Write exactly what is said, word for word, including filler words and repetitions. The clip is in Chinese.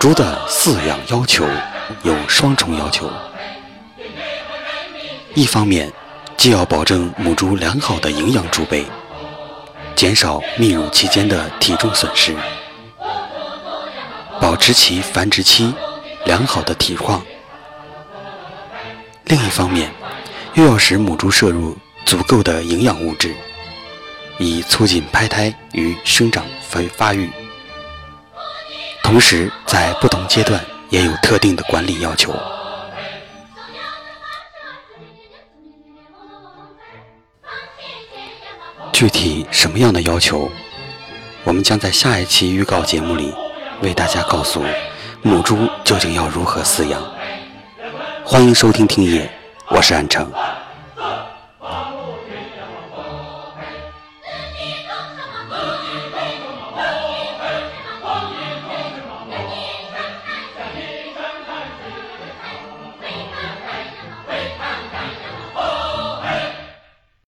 猪的饲养要求有双重要求，一方面既要保证母猪良好的营养储备，减少泌乳期间的体重损失，保持其繁殖期良好的体况；另一方面又要使母猪摄入足够的营养物质，以促进胚胎与生长发育。同时在不同阶段也有特定的管理要求。具体什么样的要求，我们将在下一期预告节目里为大家告诉母猪究竟要如何饲养。欢迎收听听野，我是安成。